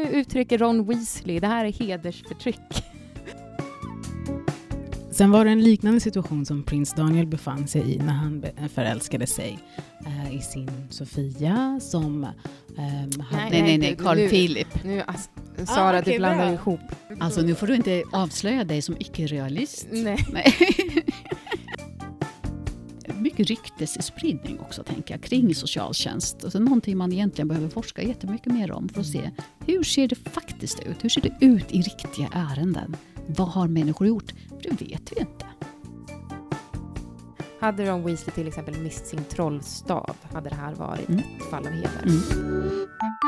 nu uttrycker Ron Weasley, det här är hedersförtryck. Sen var det en liknande situation som prins Daniel befann sig i när han förälskade sig i sin Sofia som hade... Nej, Carl Philip. Nu, Sara, du blandar ihop. Alltså nu får du inte avslöja dig som icke-realist. Nej. Mycket ryktesspridning också, tänker jag, kring socialtjänst. Alltså någonting man egentligen behöver forska jättemycket mer om för att se hur ser det faktiskt ut? Hur ser det ut i riktiga ärenden? Vad har människor gjort? Det vet vi inte. Hade Ron Weasley till exempel mist sin trollstav, hade det här varit ett fall av heder.